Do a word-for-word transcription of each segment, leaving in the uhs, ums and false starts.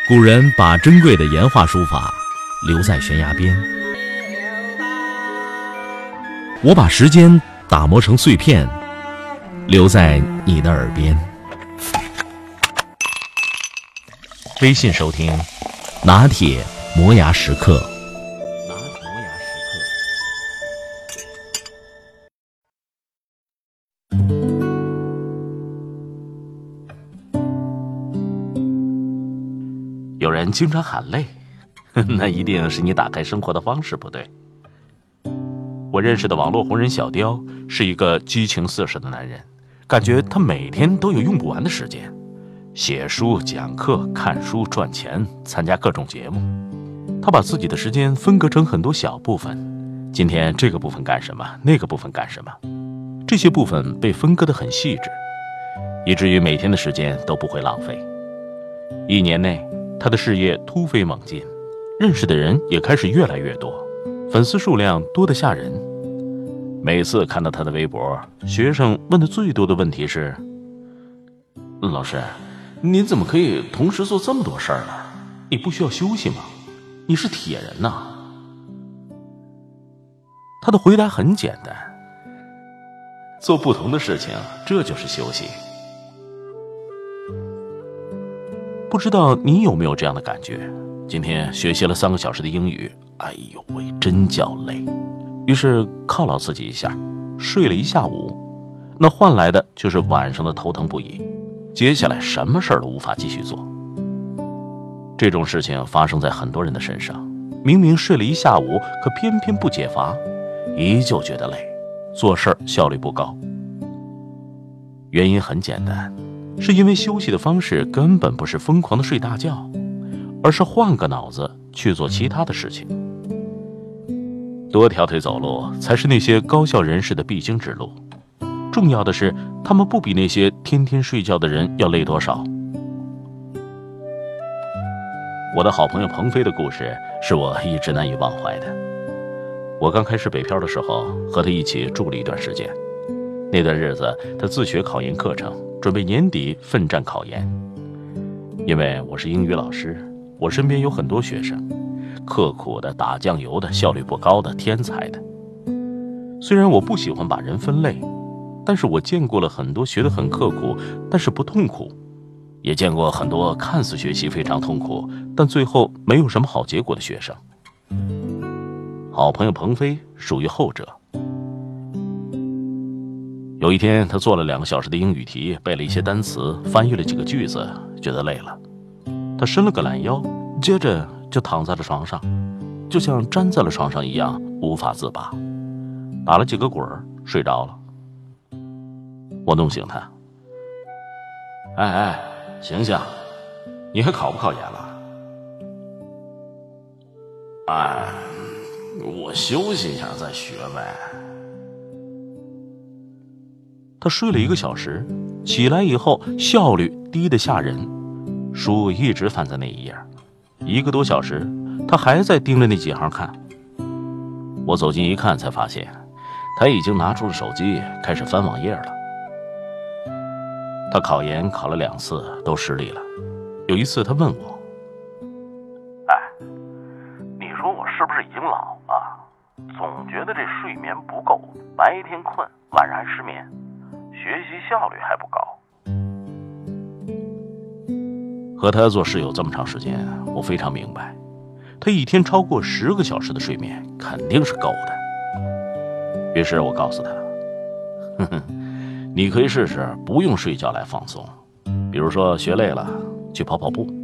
古人把珍贵的岩画书法留在悬崖边，我把时间打磨成碎片，留在你的耳边。微信收听拿铁磨牙时刻。 有人经常喊累，那一定是你打开生活的方式不对。我认识的网络红人小雕是一个激情四射的男人，感觉他每天都有用不完的时间，写书、讲课、看书、赚钱，参加各种节目。他把自己的时间分割成很多小部分，今天这个部分干什么，那个部分干什么，这些部分被分割得很细致，以至于每天的时间都不会浪费。一年内他的事业突飞猛进，认识的人也开始越来越多，粉丝数量多得吓人。每次看到他的微博，学生问的最多的问题是：老师，你怎么可以同时做这么多事儿呢？你不需要休息吗？你是铁人呐。他的回答很简单，做不同的事情，这就是休息。不知道你有没有这样的感觉？今天学习了三个小时的英语，哎呦喂，真叫累。于是犒劳自己一下，睡了一下午，那换来的就是晚上的头疼不已，接下来什么事儿都无法继续做。这种事情发生在很多人的身上，明明睡了一下午，可偏偏不解乏，依旧觉得累，做事儿效率不高。原因很简单，是因为休息的方式根本不是疯狂的睡大觉，而是换个脑子去做其他的事情。多条腿走路才是那些高效人士的必经之路，重要的是他们不比那些天天睡觉的人要累多少。我的好朋友鹏飞的故事是我一直难以忘怀的。我刚开始北漂的时候，和他一起住了一段时间，那段日子他自学考研课程，准备年底奋战考研。因为我是英语老师，我身边有很多学生，刻苦的、打酱油的、效率不高的、天才的。虽然我不喜欢把人分类，但是我见过了很多学得很刻苦但是不痛苦，也见过很多看似学习非常痛苦但最后没有什么好结果的学生。好朋友鹏飞属于后者。有一天他做了两个小时的英语题，背了一些单词，翻译了几个句子，觉得累了，他伸了个懒腰，接着就躺在了床上，就像粘在了床上一样无法自拔，打了几个滚儿睡着了。我弄醒他，哎哎，醒醒，你还考不考研了？哎，我休息一下再学呗。他睡了一个小时，起来以后效率低得吓人，书一直翻在那一页，一个多小时他还在盯着那几行看。我走近一看才发现，他已经拿出了手机开始翻网页了。他考研考了两次都失利了，有一次他问我，哎，你说我是不是已经老了？总觉得这睡眠不够，白天困，晚上还失眠，学习效率还不高。和他做室友这么长时间，我非常明白，他一天超过十个小时的睡眠肯定是够的。于是我告诉他，哼哼，你可以试试不用睡觉来放松，比如说学累了去跑跑步。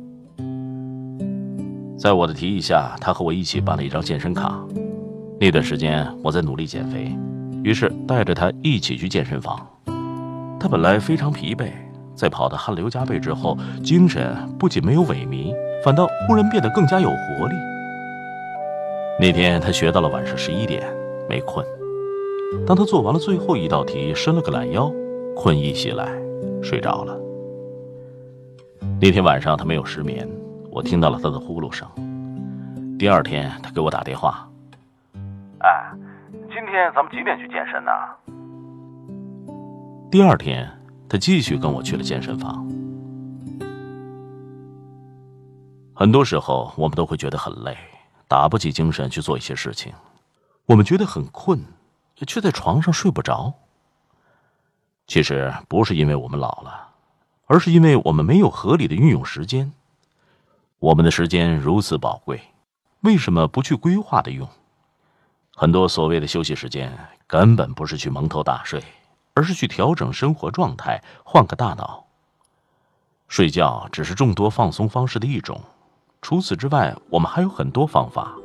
在我的提议下，他和我一起办了一张健身卡。那段时间我在努力减肥，于是带着他一起去健身房。他本来非常疲惫，在跑得汗流浃背之后，精神不仅没有萎靡，反倒忽然变得更加有活力。那天他学到了晚上十一点，没困。当他做完了最后一道题，伸了个懒腰，困意袭来，睡着了。那天晚上他没有失眠，我听到了他的呼噜声。第二天他给我打电话，哎，今天咱们几点去健身呢？第二天他继续跟我去了健身房。 很多时候我们都会觉得很累，打不起精神去做一些事情。我们觉得很困，却在床上睡不着。其实不是因为我们老了，而是因为我们没有合理的运用时间。我们的时间如此宝贵，为什么不去规划的用？很多所谓的休息时间根本不是去蒙头大睡，而是去调整生活状态，换个大脑。睡觉只是众多放松方式的一种，除此之外，我们还有很多方法。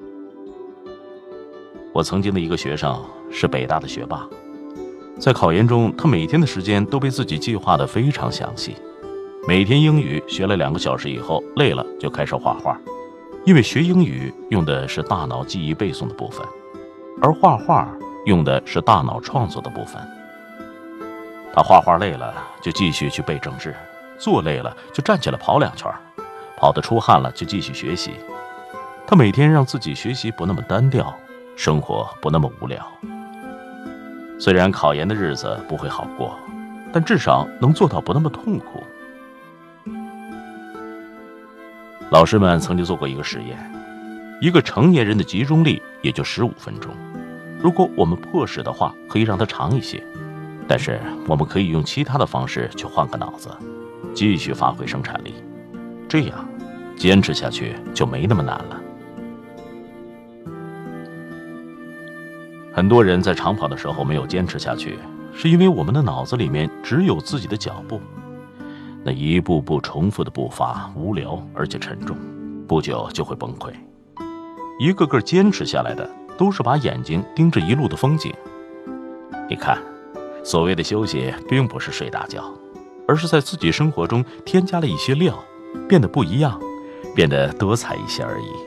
我曾经的一个学生是北大的学霸，在考研中，他每天的时间都被自己计划得非常详细。每天英语学了两个小时以后，累了就开始画画，因为学英语用的是大脑记忆背诵的部分，而画画用的是大脑创作的部分。他画画累了就继续去背政治，坐累了就站起来跑两圈，跑得出汗了就继续学习。他每天让自己学习不那么单调，生活不那么无聊。虽然考研的日子不会好过，但至少能做到不那么痛苦。老师们曾经做过一个实验，一个成年人的集中力也就十五分钟，如果我们迫使的话，可以让它长一些，但是我们可以用其他的方式去换个脑子，继续发挥生产力，这样坚持下去就没那么难了。很多人在长跑的时候没有坚持下去，是因为我们的脑子里面只有自己的脚步，那一步步重复的步伐无聊而且沉重，不久就会崩溃。一个个坚持下来的都是把眼睛盯着一路的风景。你看，所谓的休息并不是睡大觉，而是在自己生活中添加了一些料，变得不一样，变得多彩一些而已。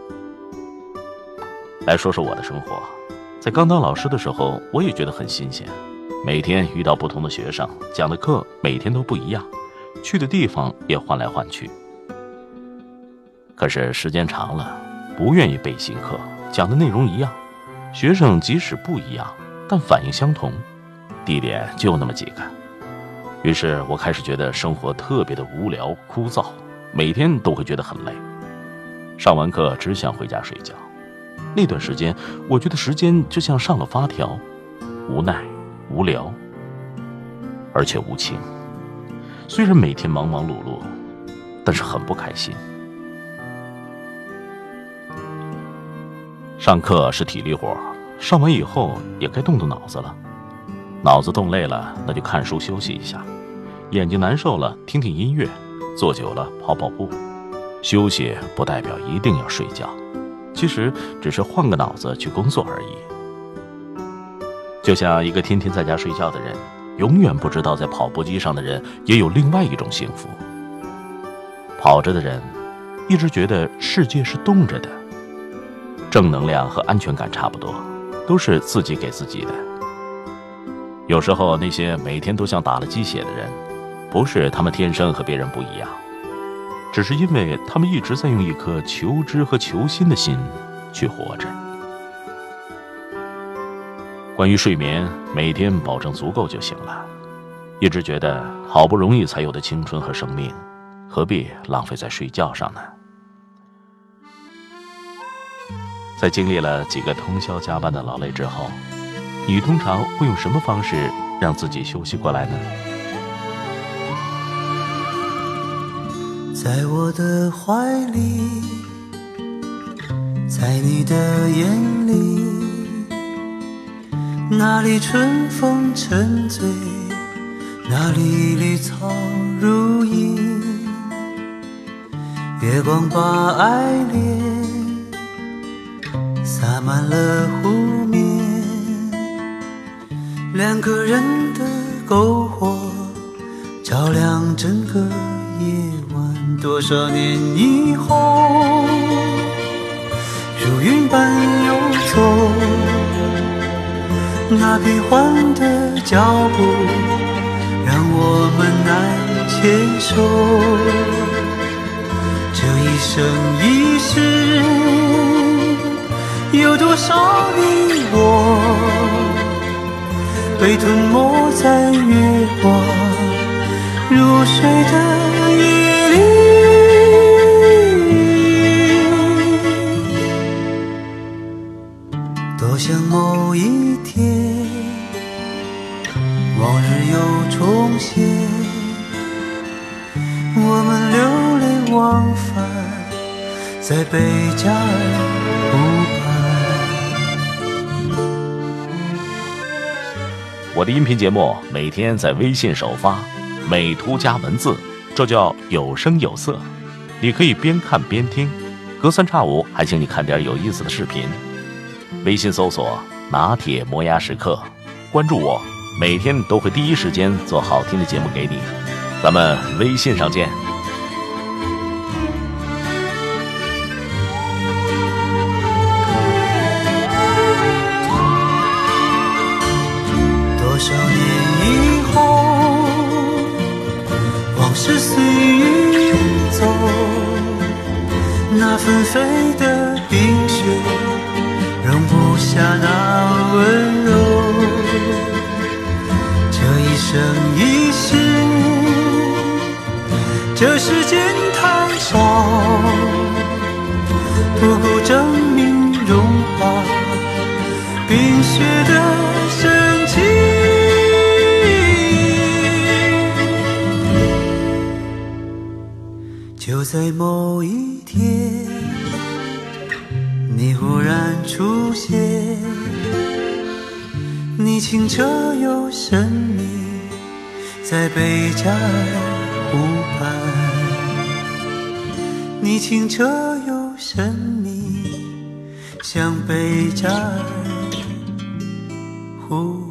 来说说我的生活，在刚当老师的时候，我也觉得很新鲜，每天遇到不同的学生，讲的课每天都不一样，去的地方也换来换去。可是时间长了，不愿意备新课，讲的内容一样，学生即使不一样，但反应相同，地点就那么几个。于是我开始觉得生活特别的无聊枯燥，每天都会觉得很累，上完课只想回家睡觉。那段时间我觉得时间就像上了发条，无奈无聊而且无情。虽然每天忙忙碌碌，但是很不开心。上课是体力活，上完以后也该动动脑子了。脑子动累了，那就看书休息一下；眼睛难受了，听听音乐；坐久了，跑跑步。休息不代表一定要睡觉，其实只是换个脑子去工作而已。就像一个天天在家睡觉的人，永远不知道在跑步机上的人也有另外一种幸福。跑着的人一直觉得世界是动着的，正能量和安全感差不多，都是自己给自己的。有时候那些每天都像打了鸡血的人，不是他们天生和别人不一样，只是因为他们一直在用一颗求知和求新的心去活着。关于睡眠，每天保证足够就行了。一直觉得好不容易才有的青春和生命，何必浪费在睡觉上呢？在经历了几个通宵加班的劳累之后，你通常会用什么方式让自己休息过来呢？ 在我的怀里，在你的眼里，那里春风沉醉，那里绿草如茵，月光把爱恋洒满了湖面，两个人的篝火照亮整个夜晚。多少年以后，如云般游走，那变幻的脚步让我们难牵手。这一生一世，有多少你我被吞没在月光入睡的夜里。 往返，在贝加尔湖畔。 我的音频节目每天在微信首发，美图加文字，这叫有声有色。你可以边看边听，隔三差五还请你看点有意思的视频。微信搜索拿铁磨牙时刻，关注我，每天都会第一时间做好听的节目给你。咱们微信上见。 多少年以后，往事随云走，那纷飞的冰雪容不下那温柔。这一生一世，这世间太少，不够证明融化冰雪的神奇。就在某一天，你忽然出现，你清澈又神秘，在贝加尔湖畔。你清澈又神秘，像贝加尔湖